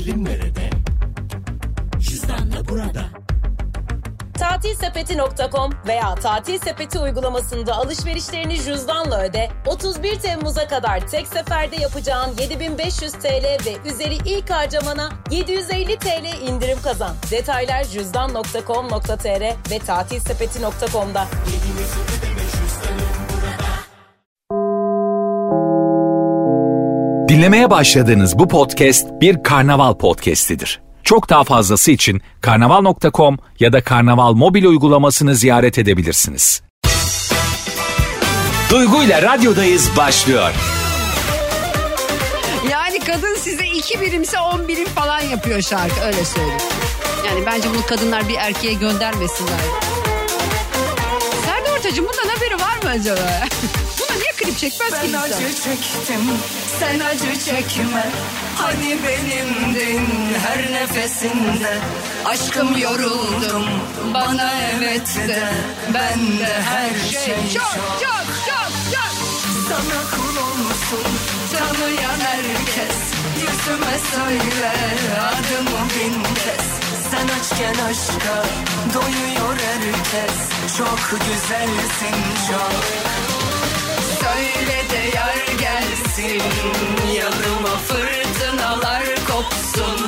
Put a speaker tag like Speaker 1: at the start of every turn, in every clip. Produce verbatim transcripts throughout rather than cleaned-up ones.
Speaker 1: Tatilim nerede? Cüzdanla burada.
Speaker 2: tatil sepeti nokta com veya Tatil Sepeti uygulamasında alışverişlerini cüzdanla öde. otuz bir Temmuz'a kadar tek seferde yapacağın yedi bin beş yüz TL ve üzeri ilk harcamana yedi yüz elli TL indirim kazan. Detaylar cüzdan nokta com nokta tr ve tatil sepeti nokta com'da.
Speaker 3: Dinlemeye başladığınız bu podcast bir karnaval podcastidir. Çok daha fazlası için karnaval nokta com ya da karnaval mobil uygulamasını ziyaret edebilirsiniz. Duygu ile radyodayız başlıyor.
Speaker 4: Yani kadın size iki birimse on birim falan yapıyor şarkı, öyle söyleyeyim. Yani bence bunu kadınlar bir erkeğe göndermesinler. Serdar Ortaç'ın bundan haberi var mı acaba? Buna niye klip çekmez ki insan?
Speaker 5: Ben acı çektim, sen acı çekme. Hani benimdin her nefesinde. Aşkım yoruldum, bana evet de. Ben de her şey çok çok çok çok. Sana kul olsun, tanıyan herkes. Yüzüme söyle adımı bin kez. Sen açken aşka doyuyor herkes. Çok güzelsin çok. Söyle de yar gelsin, yanıma fırtınalar kopsun.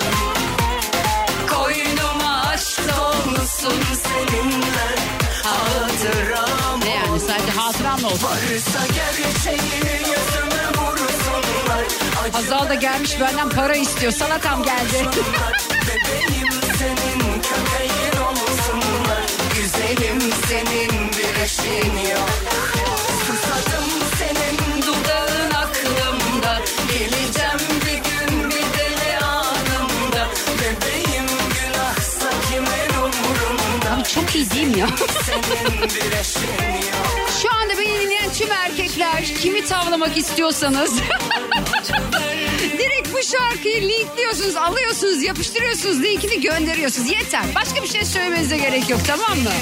Speaker 5: Koynuma aşk dolsun seninle, hatıram.
Speaker 4: Ne yani, sadece hatıram mı olsun?
Speaker 5: Varsa gerçeği yüzüme vursunlar.
Speaker 4: Hazal da gelmiş benden para istiyor, salatam geldi.
Speaker 5: Bebeğim senin, köpeğin olsunlar. Güzelim senin, bir eşin yok. Susadım senin, dudağın aklımda. Geleceğim bir gün, bir deli anımda. Bebeğim günahsa kimin umurumda.
Speaker 4: Abi çok iyi değil mi ya?
Speaker 5: Senin bir eşin yok.
Speaker 4: Şu anda beni dinleyen tüm erkekler, kimi tavlamak istiyorsanız direkt bu şarkıyı linkliyorsunuz, alıyorsunuz, yapıştırıyorsunuz, linkini gönderiyorsunuz. Yeter. Başka bir şey söylemenize gerek yok, tamam mı?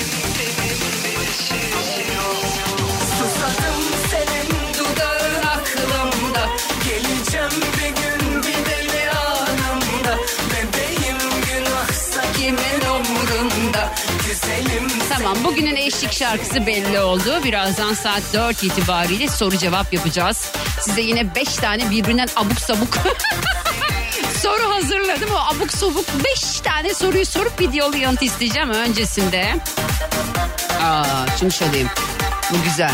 Speaker 5: Susadım senin, dudağın aklımda. Geleceğim bir gün, bir deli anımda. Bebeğim günahsa kimin umurunda. Güzelim.
Speaker 4: Tamam, bugünün eşlik şarkısı belli oldu. Birazdan saat dört itibariyle soru cevap yapacağız. Size yine beş tane birbirinden abuk sabuk soru hazırladım. O abuk sabuk beş tane soruyu sorup videolu yanıt isteyeceğim. Öncesinde Aa, şunu söyleyeyim. Bu güzel.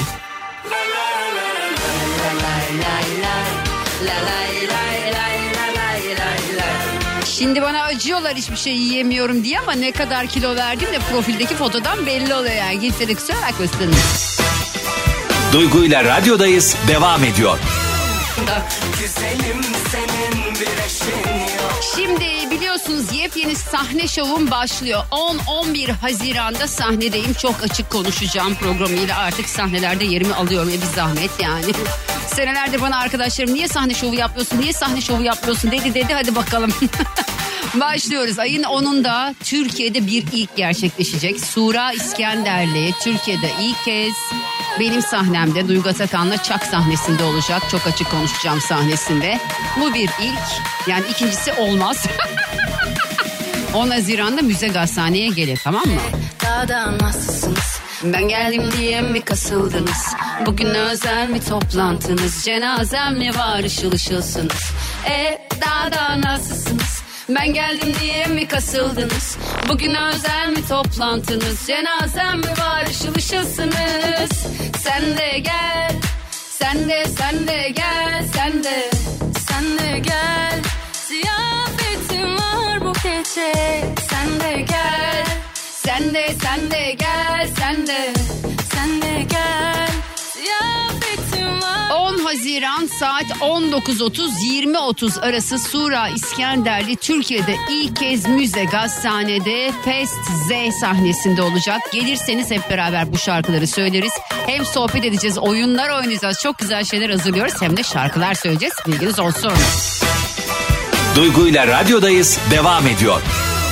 Speaker 4: Şimdi bana acıyorlar hiçbir şey yiyemiyorum diye, ama ne kadar kilo verdim de profildeki fotodan belli oluyor yani. Kimse de kusura bakmasın.
Speaker 3: Duygu ile radyodayız devam ediyor.
Speaker 5: Güzelim senin, bir eşin yok.
Speaker 4: Şimdi biliyorsunuz yepyeni sahne şovum başlıyor. on on bir Haziran'da sahnedeyim. Çok açık konuşacağım programıyla, artık sahnelerde yerimi alıyorum. E bir zahmet yani. Senelerdir bana arkadaşlarım niye sahne şovu yapmıyorsun, niye sahne şovu yapmıyorsun dedi dedi. Hadi bakalım. Başlıyoruz. Ayın onunda Türkiye'de bir ilk gerçekleşecek. Sura İskenderli Türkiye'de ilk kez benim sahnemde Duygu Atakan'la Çak sahnesinde olacak. Çok açık konuşacağım sahnesinde. Bu bir ilk. Yani ikincisi olmaz. on Haziran'da Müze Gazhane'ye gelir, tamam mı?
Speaker 5: Daha da nasılsınız?
Speaker 4: Ben geldim diye mi kasıldınız? Bugün özel bir toplantınız. Cenazem mi var, ışıl ışılsınız? E daha da nasılsınız? Ben geldim diye mi kasıldınız? Bugün özel mi toplantınız? Cenazem mi var, ışıl ışılsınız? Sen de gel, sen de sen de gel, sen de sen de gel. Ziyafetim var bu gece. Sen de gel, sen de sen de gel, sen de sen de gel. Ziyafetim var. on Haziran saat on dokuz otuz yirmi otuz arası Sura İskenderli Türkiye'de ilk kez Müze Gazhane'de Fest Z sahnesinde olacak. Gelirseniz hep beraber bu şarkıları söyleriz. Hem sohbet edeceğiz, oyunlar oynayacağız. Çok güzel şeyler hazırlıyoruz. Hem de şarkılar söyleyeceğiz. Bilginiz olsun.
Speaker 3: Duygu ile radyodayız devam ediyor.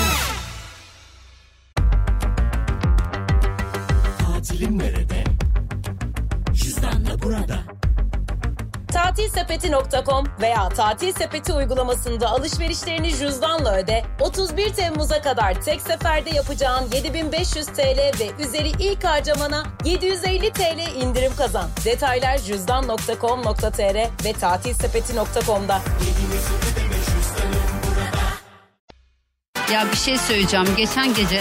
Speaker 1: Tatilim nerede? Cüzdanla burada.
Speaker 2: tatil sepeti nokta com veya Tatil Sepeti uygulamasında alışverişlerini cüzdanla öde. otuz bir Temmuz'a kadar tek seferde yapacağın yedi bin beş yüz T L ve üzeri ilk harcamana yedi yüz elli T L indirim kazan. Detaylar cüzdan nokta com nokta tr ve tatil sepeti nokta com'da.
Speaker 4: Ya bir şey söyleyeceğim. Geçen gece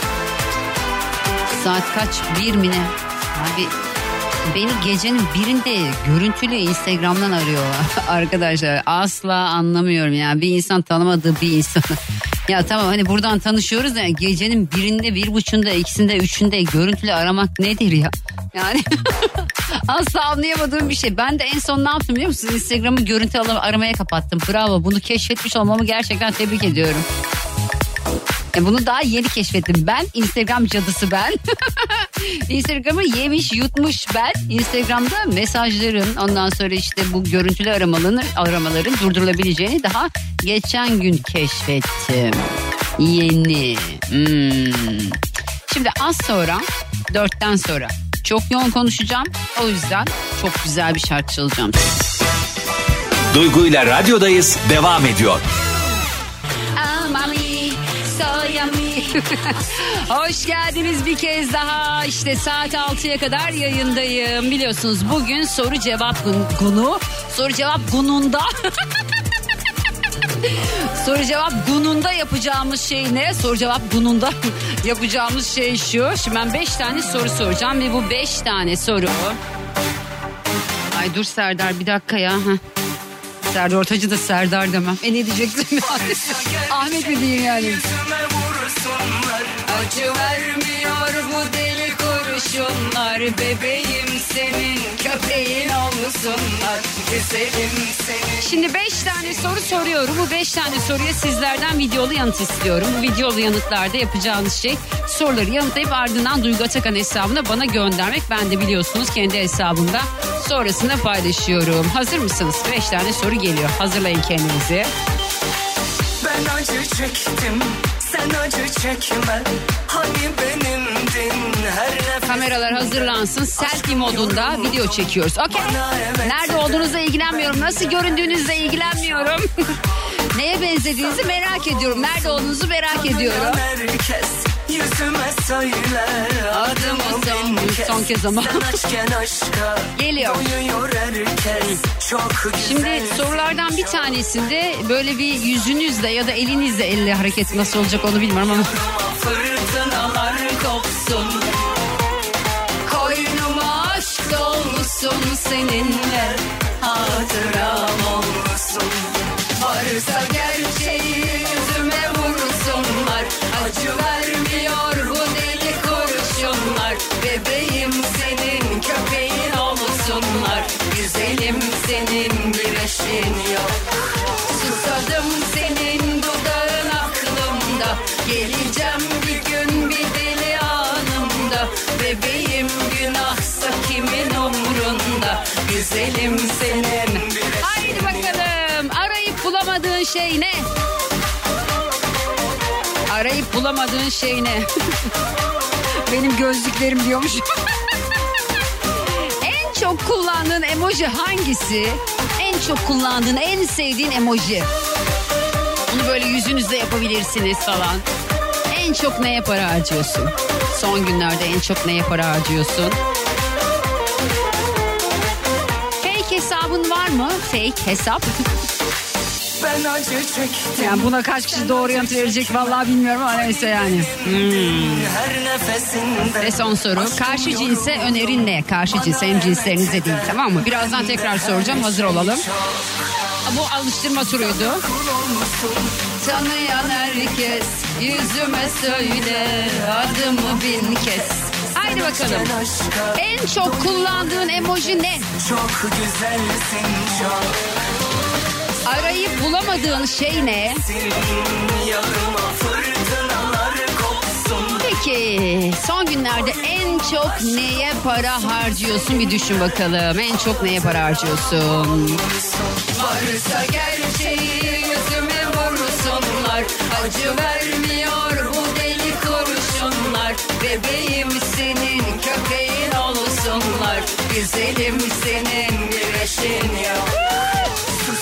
Speaker 4: saat kaç? Bir mi ne? Abi beni gecenin birinde görüntülü Instagram'dan arıyor arkadaşlar. Asla anlamıyorum ya. Bir insan tanımadığı bir insan. Ya tamam hani buradan tanışıyoruz da yani gecenin birinde, bir buçuğunda, ikisinde, üçünde görüntülü aramak nedir ya? Yani asla anlayamadığım bir şey. Ben de en son ne yaptım biliyor musun? Instagram'ı görüntü aramaya kapattım. Bravo, bunu keşfetmiş olmamı gerçekten tebrik ediyorum. E bunu daha yeni keşfettim. Ben Instagram cadısı ben. Instagram'ı yemiş yutmuş ben. Instagram'da mesajların ondan sonra işte bu görüntülü aramaların, aramaların durdurulabileceğini daha geçen gün keşfettim. Yeni. Hmm. Şimdi az sonra dörtten sonra çok yoğun konuşacağım. O yüzden çok güzel bir şarkı çalacağım.
Speaker 3: Duygu ile radyodayız devam ediyor.
Speaker 4: Hoş geldiniz bir kez daha. İşte saat altıya kadar yayındayım. Biliyorsunuz bugün soru cevap günü. Soru cevap gününde. Soru cevap gününde yapacağımız şey ne? Soru cevap gününde yapacağımız şey şu. Şimdi ben beş tane soru soracağım ve bu beş tane soru. Ay dur Serdar bir dakika ya. Serdar Ortaç'ı da Serdar demem. E ne diyecektim yani? Ahmet mi diyeyim yani? Acı vermiyor bu deli kurşunlar. Bebeğim senin, köpeğin olsunlar. Güzelim senin. Şimdi beş tane soru soruyorum. Bu beş tane soruya sizlerden videolu yanıt istiyorum. Bu videolu yanıtlarda yapacağınız şey soruları yanıtlayıp ardından Duygu Atakan hesabına bana göndermek. Ben de biliyorsunuz kendi hesabımda sonrasında paylaşıyorum. Hazır mısınız? Beş tane soru geliyor. Hazırlayın kendinizi.
Speaker 5: Ben acı çektim, sen acı çekme. Hani benimdin her nefes.
Speaker 4: Kameralar hazırlansın. Selfie modunda video çekiyoruz. Okey. Nerede olduğunuzla ilgilenmiyorum. Nasıl göründüğünüzle ilgilenmiyorum. Neye benzediğinizi merak ediyorum. Nerede olduğunuzu merak ediyorum.
Speaker 5: Herkes yüzüme söyler adımı son,
Speaker 4: son kez ama. Geliyor. Şimdi sorulardan bir tanesinde böyle bir yüzünüzle ya da elinizle elle hareket nasıl olacak onu bilmiyorum ama.
Speaker 5: Fırtınalar kopsun, koynuma aşk dolsun, seninle hatıram olsun. Varsa gerçeği yüzüme vursunlar. Acı vermiyor bu deli kurşunlar. Bebeğim senin, köpeğin olsunlar. Güzelim senin, bir eşin yok. Susadım senin, dudağın aklımda. Geleceğim bir gün bir deli anımda. Bebeğim günahsa kimin umrunda. Güzelim senin, bir eşin.
Speaker 4: Haydi bakalım. Arayıp bulamadığın şey ne? Arayıp bulamadığın şey ne? Benim gözlüklerim diyormuş. En çok kullandığın emoji hangisi? En çok kullandığın, en sevdiğin emoji. Bunu böyle yüzünüzle yapabilirsiniz falan. En çok neye para harcıyorsun? Son günlerde en çok neye para harcıyorsun? Fake hesabın var mı? Fake hesap.
Speaker 5: Ben acı çektim.
Speaker 4: Yani buna kaç kişi doğru yanıt verecek vallahi bilmiyorum ama neyse yani. Hmm. Ve son soru. Karşı cinse önerin ne? Karşı cinse hem cinslerinize değil, tamam mı? Birazdan tekrar soracağım, hazır olalım. Bu alıştırma turuydu. Tanıyan herkes yüzüme söyle adımı bin kez. Haydi bakalım. En çok kullandığın emoji ne?
Speaker 5: Çok güzelsin çok.
Speaker 4: Arayıp bulamadığın şey ne? Peki son günlerde en çok neye para harcıyorsun bir düşün bakalım. En çok neye para harcıyorsun?
Speaker 5: Varsa gerçeği yüzüme vursunlar. Acı vermiyor bu deli kurşunlar. Bebeğim senin, köpeğin olsunlar. Güzelim senin, bir eşin yok.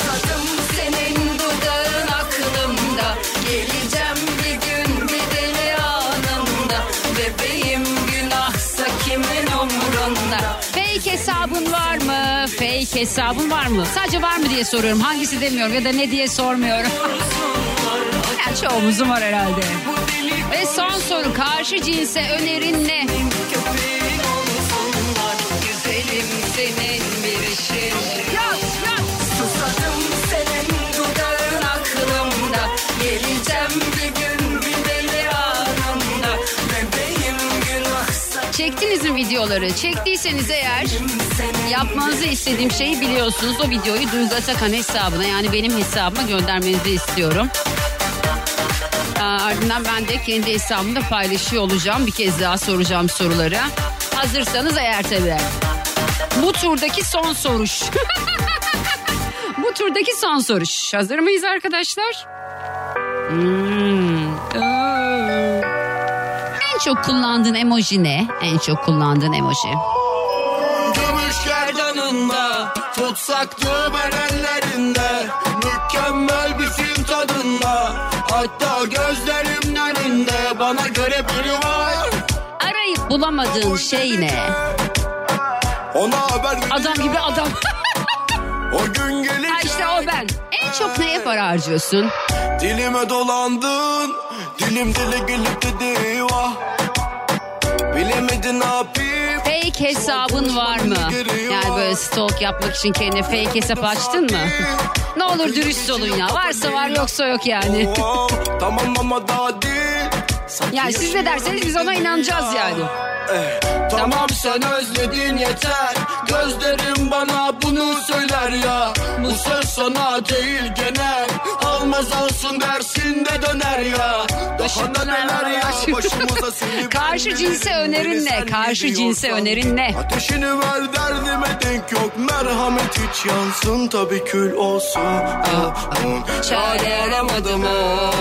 Speaker 4: fake hesabın var mı? Sadece var mı diye soruyorum. Hangisi demiyorum ya da ne diye sormuyorum. Yani çoğumuzun var herhalde. Ve son soru, karşı cinse önerin ne?
Speaker 5: Güzelim senin bir işin.
Speaker 4: Yaz yaz.
Speaker 5: Susadım senin dudağın aklımda. Geleceğim bir gün bir deli anında. Bebeğim günahsa.
Speaker 4: Çektiniz mi videoları? Çektiyseniz eğer yapmanızı istediğim şeyi biliyorsunuz. O videoyu Duygu Atakan hesabına, yani benim hesabıma göndermenizi istiyorum. Ardından ben de kendi hesabımda paylaşıyor olacağım. Bir kez daha soracağım soruları. Hazırsanız eğer tabii. Bu turdaki son soruş. Bu turdaki son soruş. Hazır mıyız arkadaşlar? Hmm. En çok kullandığın emoji ne? En çok kullandığın emoji.
Speaker 6: Gümüş gerdanında, tutsak düğmen ellerinde. Mükemmel bir film tadında, hatta gözlerimin önünde. Bana göre biri var.
Speaker 4: Arayıp bulamadığın şey ne?
Speaker 6: Ona haber verin.
Speaker 4: Adam gibi adam.
Speaker 6: O gün gelecek.
Speaker 4: Ha işte o ben. En çok neye para harcıyorsun?
Speaker 6: Dilime dolandın, dilim dili gelip dedi eyvah. Bilemedin ne yapayım.
Speaker 4: Fake hesabın var mı? Yani böyle stalk yapmak için kendine fake hesap açtın mı? Ne olur dürüst olun ya. Varsa var, yoksa yok yani.
Speaker 6: Tamam ama daha değil.
Speaker 4: Yani siz ne derseniz biz ona inanacağız yani.
Speaker 6: Eh, tamam sen özledin yeter. Gözlerim bana bunu söyler ya. Bu söz sana değil genel. Almaz olsun dersin de döner ya. Daha da neler ya başımıza seni.
Speaker 4: Karşı cinse önerin ne? Karşı cinse önerin ne?
Speaker 6: Ateşini ver derdime denk yok. Merhamet hiç yansın tabii kül olsun. Çare aramadım o.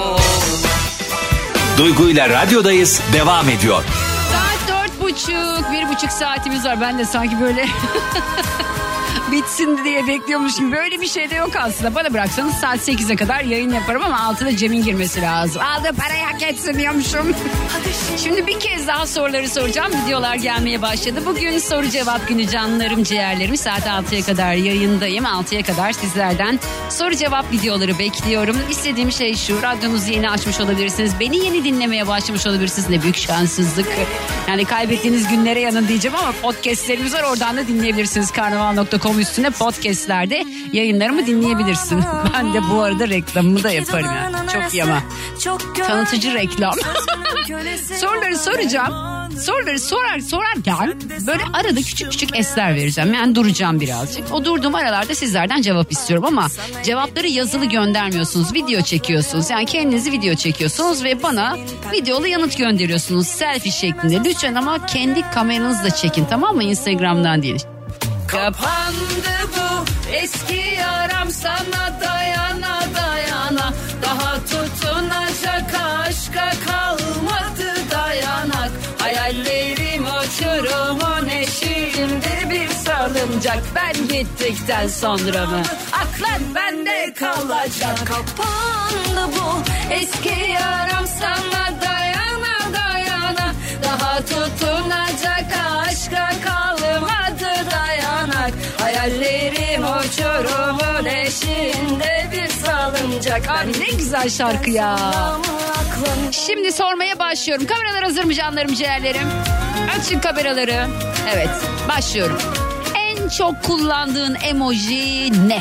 Speaker 3: Duygu ile radyodayız devam ediyor.
Speaker 4: Saat dört buçuk, bir buçuk saatimiz var. Ben de sanki böyle bitsin diye bekliyormuş gibi. Böyle bir şey de yok aslında. Bana bıraksanız saat sekize kadar yayın yaparım ama altıda Cem'in girmesi lazım. Aldığı parayı hak etsin diyormuşum. Şimdi bir kez daha soruları soracağım. Videolar gelmeye başladı. Bugün soru cevap günü canlarım, ciğerlerim. Saat altıya kadar yayındayım. altıya kadar sizlerden soru cevap videoları bekliyorum. İstediğim şey şu: radyonuzu yeni açmış olabilirsiniz. Beni yeni dinlemeye başlamış olabilirsiniz. Ne büyük şanssızlık. Yani kaybettiğiniz günlere yanın diyeceğim ama podcastlerimiz var. Oradan da dinleyebilirsiniz. karnaval nokta com üstüne podcastlerde yayınlarımı dinleyebilirsin. Ben de bu arada reklamımı da yaparım yani. Çok iyi ama. Tanıtıcı reklam. Soruları soracağım. Soruları sorar sorarken böyle arada küçük küçük esler vereceğim. Yani duracağım birazcık. O durduğum aralarda sizlerden cevap istiyorum ama cevapları yazılı göndermiyorsunuz. Video çekiyorsunuz. Yani kendinizi video çekiyorsunuz ve bana videolu yanıt gönderiyorsunuz. Selfie şeklinde. Lütfen ama kendi kameranızla çekin, tamam mı? Instagram'dan değil.
Speaker 5: Kapandı bu eski yaram, sana dayana dayana. Daha tutunacak aşka kalmadı dayanak. Hayallerim uçurumun eşiğinde bir salıncak. Ben gittikten sonra mı aklın bende kalacak? Kapandı bu eski yaram, sana dayana dayana. Daha tutunacak aşka kalmadı dayanak. Hayallerim uçurumun eşiğinde bir salıncak.
Speaker 4: Ay ne güzel şarkı ya. Şimdi sormaya başlıyorum. Kameralar hazır mı canlarım, ciğerlerim? Açın kameraları. Evet, başlıyorum. En çok kullandığın emoji ne?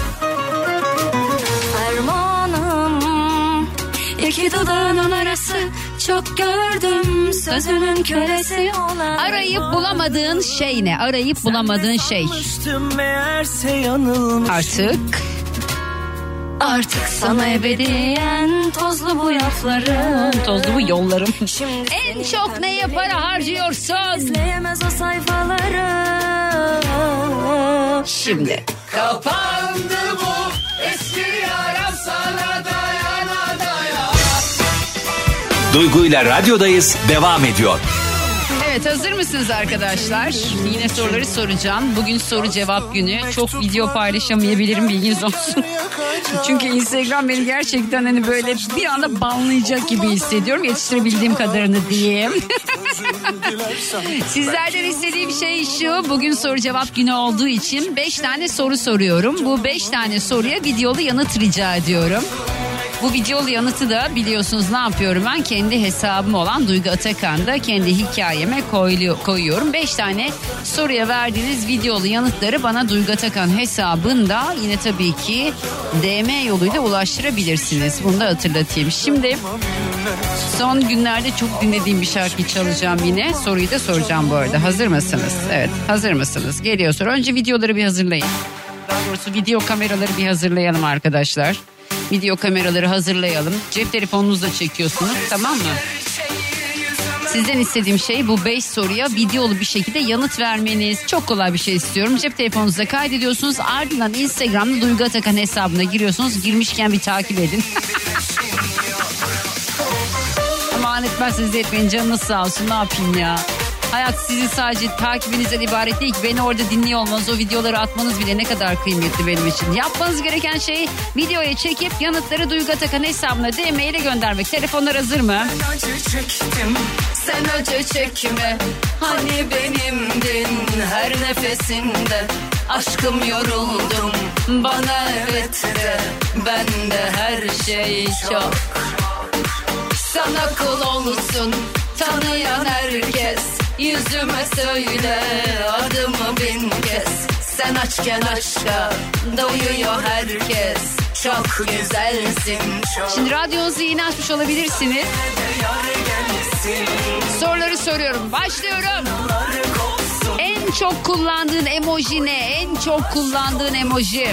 Speaker 5: Fermanım iki dudağının arası, çok gördüm sözünün kölesi olan.
Speaker 4: Arayıp bulamadığın şey ne? Arayıp bulamadığın şey. Artık.
Speaker 5: Artık sana ebediyen tozlu bu laflarım.
Speaker 4: Tozlu bu yollarım.
Speaker 5: Şimdi
Speaker 4: En çok neye para harcıyorsun?
Speaker 5: izleyemez o sayfaları.
Speaker 4: Şimdi.
Speaker 6: Kapandı bu eski yaram, sana dayana dayana.
Speaker 3: Duygu ile radyodayız devam ediyor.
Speaker 4: Evet, hazır mısınız arkadaşlar? Yine soruları soracağım. Bugün soru cevap günü. Çok video paylaşamayabilirim, bilginiz olsun. Çünkü Instagram beni gerçekten hani böyle bir anda banlayacak gibi hissediyorum. Yetiştirebildiğim kadarını diyeyim. Sizlerden istediğim şey şu. Bugün soru cevap günü olduğu için beş tane soru soruyorum. Bu beş tane soruya videolu yanıt rica ediyorum. Bu videolu yanıtı da biliyorsunuz ne yapıyorum ben? Kendi hesabım olan Duygu Atakan'da kendi hikayeme koyuyorum. beş tane soruya verdiğiniz videolu yanıtları bana Duygu Atakan hesabında yine tabii ki D M yoluyla ulaştırabilirsiniz. Bunu da hatırlatayım. Şimdi son günlerde çok dinlediğim bir şarkı çalacağım yine. Soruyu da soracağım bu arada. Hazır mısınız? Evet, hazır mısınız? Geliyor soru. Önce videoları bir hazırlayın. Daha doğrusu video kameraları bir hazırlayalım arkadaşlar. Video kameraları hazırlayalım. Cep telefonunuzla çekiyorsunuz, tamam mı? Sizden istediğim şey bu beş soruya videolu bir şekilde yanıt vermeniz. Çok kolay bir şey istiyorum. Cep telefonunuza kaydediyorsunuz. Ardından Instagram'da Duygu Atakan hesabına giriyorsunuz. Girmişken bir takip edin. Aman etmezseniz etmeyin, canınız sağ olsun, ne yapayım ya. Hayat sizin sadece takibinizden ibaret değil ki. Beni orada dinliyor olmanız, o videoları atmanız bile ne kadar kıymetli benim için. Yapmanız gereken şey videoya çekip yanıtları Duygu Atakan hesabına D M ile göndermek. Telefonlar hazır mı?
Speaker 7: Ben acı çektim, sen acı çekme. Hani benimdin her nefesinde. Aşkım yoruldum, bana evet de. Bende her şey çok. Sana kul olsun, tanıyan herkes. Yüzüme söyle adımı bin kez. Sen açken aşka doyuyor herkes. Çok güzelsin çok.
Speaker 4: Şimdi radyonuzu yeni açmış olabilirsiniz. Soruları soruyorum. Başlıyorum. En çok kullandığın emoji ne? En çok kullandığın emoji.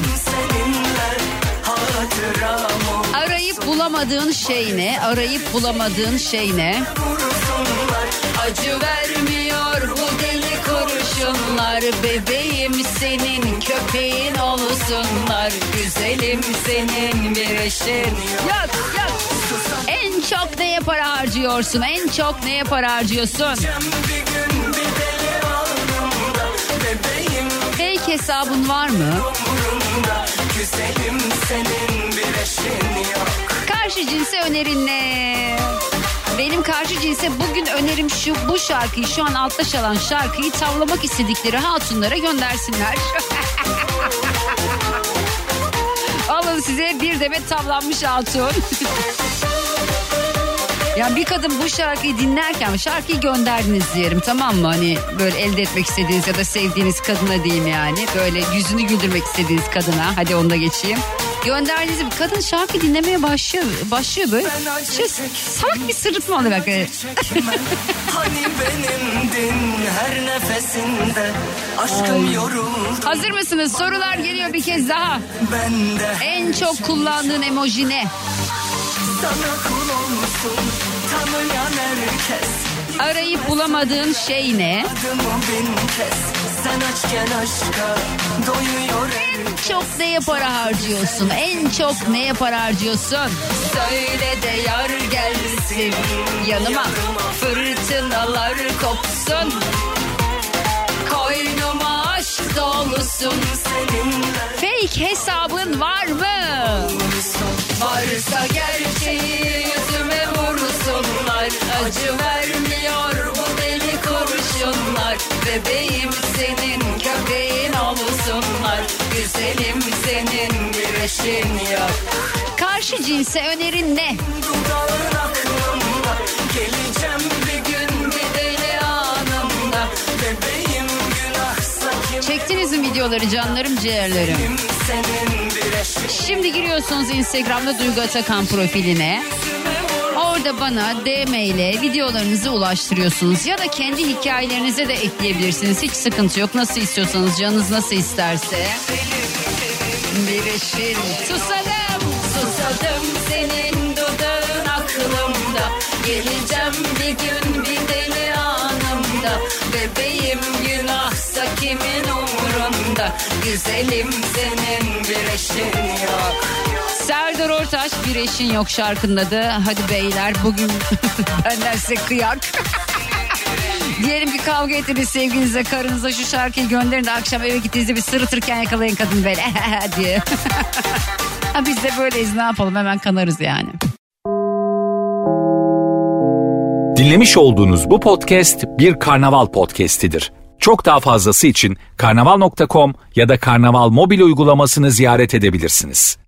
Speaker 4: Arayıp bulamadığın şey ne? Arayıp bulamadığın şey ne?
Speaker 7: Acı vermiyor bu deli kurşunlar. Bebeğim senin, köpeğin olsunlar. Güzelim senin, bir eşin
Speaker 4: yok. Yok. En çok neye para harcıyorsun? En çok neye para harcıyorsun? Fake hesabın var mı?
Speaker 7: Güzelim senin, bir eşin yok.
Speaker 4: Karşı cinse önerin ne? Benim karşı cinse bugün önerim şu: bu şarkıyı, şu an altta çalan şarkıyı tavlamak istedikleri hatunlara göndersinler. Alın size bir demet tavlanmış hatun. Ya bir kadın bu şarkıyı dinlerken şarkıyı gönderdiniz diyelim, tamam mı? Hani böyle elde etmek istediğiniz ya da sevdiğiniz kadına diyeyim yani. Böyle yüzünü güldürmek istediğiniz kadına. Hadi onu da geçeyim. Gönderdiğiniz bir kadın şarkı dinlemeye başlıyor. Başlıyor böyle. Şey, salak bir sırıtma oluyor bak.
Speaker 7: Hani benimdin her nefesinde. Aşkım yoruldu.
Speaker 4: Hazır mısınız? Sorular geliyor bir kez daha.
Speaker 7: Bende
Speaker 4: en çok kullandığın emoji ne?
Speaker 7: Sana kul olsun, tanıyan herkes.
Speaker 4: Arayıp bulamadığın şey ne?
Speaker 7: Adımı bin kez. Sen açken aşka doyuyor.
Speaker 4: En çok neye para harcıyorsun? En çok neye para harcıyorsun?
Speaker 7: Söyle de yar gelsin
Speaker 4: yanıma.
Speaker 7: Fırtınalar kopsun. Koynuma aşk dolusun seninle.
Speaker 4: Fake hesabın var mı?
Speaker 7: Varsa gerçeği yüzüme vursunlar. Acı vermiyor bu deli kurşunlar. Bebeğim senin, köpeğin olsunlar. Güzelim senin, bir eşin yok.
Speaker 4: Karşı cinse önerin ne?
Speaker 7: Dudağın aklımda, geleceğim bir gün bir deli anımda. Bebeğim günahsa kim?
Speaker 4: Çektiniz mi videoları canlarım, ciğerlerim?
Speaker 7: Senin bir eşin.
Speaker 4: Şimdi giriyorsunuz Instagram'da Duygu Atakan profiline. Orada bana D M ile videolarınızı ulaştırıyorsunuz. Ya da kendi hikayelerinize de ekleyebilirsiniz. Hiç sıkıntı yok. Nasıl istiyorsanız, canınız nasıl isterse.
Speaker 7: Bir eşin.
Speaker 4: Susadım.
Speaker 7: Susadım senin dudağın aklımda. Geleceğim bir gün bir deli anımda. Bebeğim günahsa kimin umurunda. Güzelim senin, bir eşin yok.
Speaker 4: Serdar Ortaç, bir eşin yok şarkının adı. Hadi beyler, bugün benden size kıyak. Diyelim ki kavga ettiniz sevgilinize, karınıza, şu şarkıyı gönderin de akşam eve gittiğinizde bir sırıtırken yakalayın kadın böyle diye. Ha, biz de böyleyiz, ne yapalım, hemen kanarız yani.
Speaker 3: Dinlemiş olduğunuz bu podcast bir Karnaval podcastidir. Çok daha fazlası için karnaval nokta com ya da Karnaval mobil uygulamasını ziyaret edebilirsiniz.